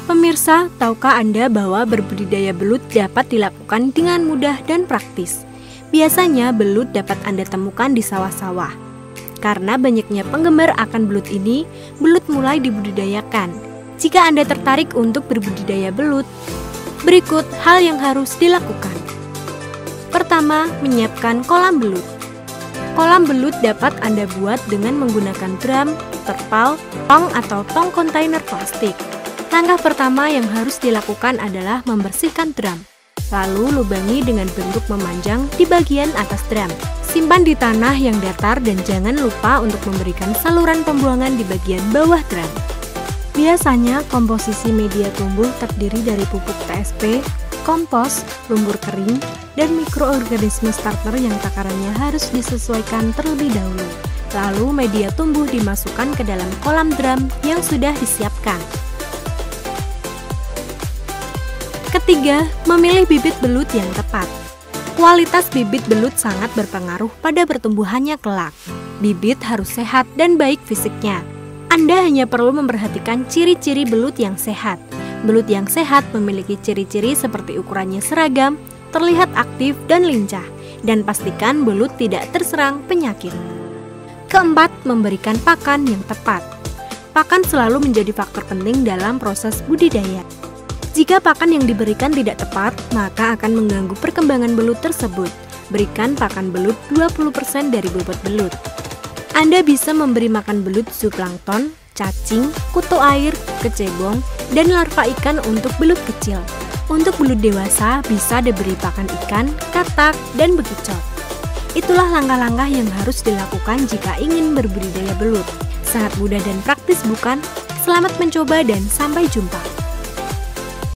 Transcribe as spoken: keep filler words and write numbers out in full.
Pemirsa, tahukah Anda bahwa berbudidaya belut dapat dilakukan dengan mudah dan praktis? Biasanya belut dapat Anda temukan di sawah-sawah. Karena banyaknya penggemar akan belut ini, belut mulai dibudidayakan. Jika Anda tertarik untuk berbudidaya belut, berikut hal yang harus dilakukan. Pertama, menyiapkan kolam belut. Kolam belut dapat Anda buat dengan menggunakan drum, terpal, tong atau tong kontainer plastik. Langkah pertama yang harus dilakukan adalah membersihkan drum. Lalu lubangi dengan bentuk memanjang di bagian atas drum. Simpan di tanah yang datar dan jangan lupa untuk memberikan saluran pembuangan di bagian bawah drum. Biasanya komposisi media tumbuh terdiri dari pupuk T S P, kompos, lumpur kering, dan mikroorganisme starter yang takarannya harus disesuaikan terlebih dahulu. Lalu media tumbuh dimasukkan ke dalam kolam drum yang sudah disiapkan. Ketiga, memilih bibit belut yang tepat. Kualitas bibit belut sangat berpengaruh pada pertumbuhannya kelak. Bibit harus sehat dan baik fisiknya. Anda hanya perlu memperhatikan ciri-ciri belut yang sehat. Belut yang sehat memiliki ciri-ciri seperti ukurannya seragam, terlihat aktif dan lincah, dan pastikan belut tidak terserang penyakit. Keempat, memberikan pakan yang tepat. Pakan selalu menjadi faktor penting dalam proses budidaya. Jika pakan yang diberikan tidak tepat, maka akan mengganggu perkembangan belut tersebut. Berikan pakan belut dua puluh persen dari bobot belut. Anda bisa memberi makan belut zooplankton, cacing, kutu air, kecebong, dan larva ikan untuk belut kecil. Untuk belut dewasa bisa diberi pakan ikan, katak, dan bekicot. Itulah langkah-langkah yang harus dilakukan jika ingin berbudidaya belut. Sangat mudah dan praktis bukan? Selamat mencoba dan sampai jumpa.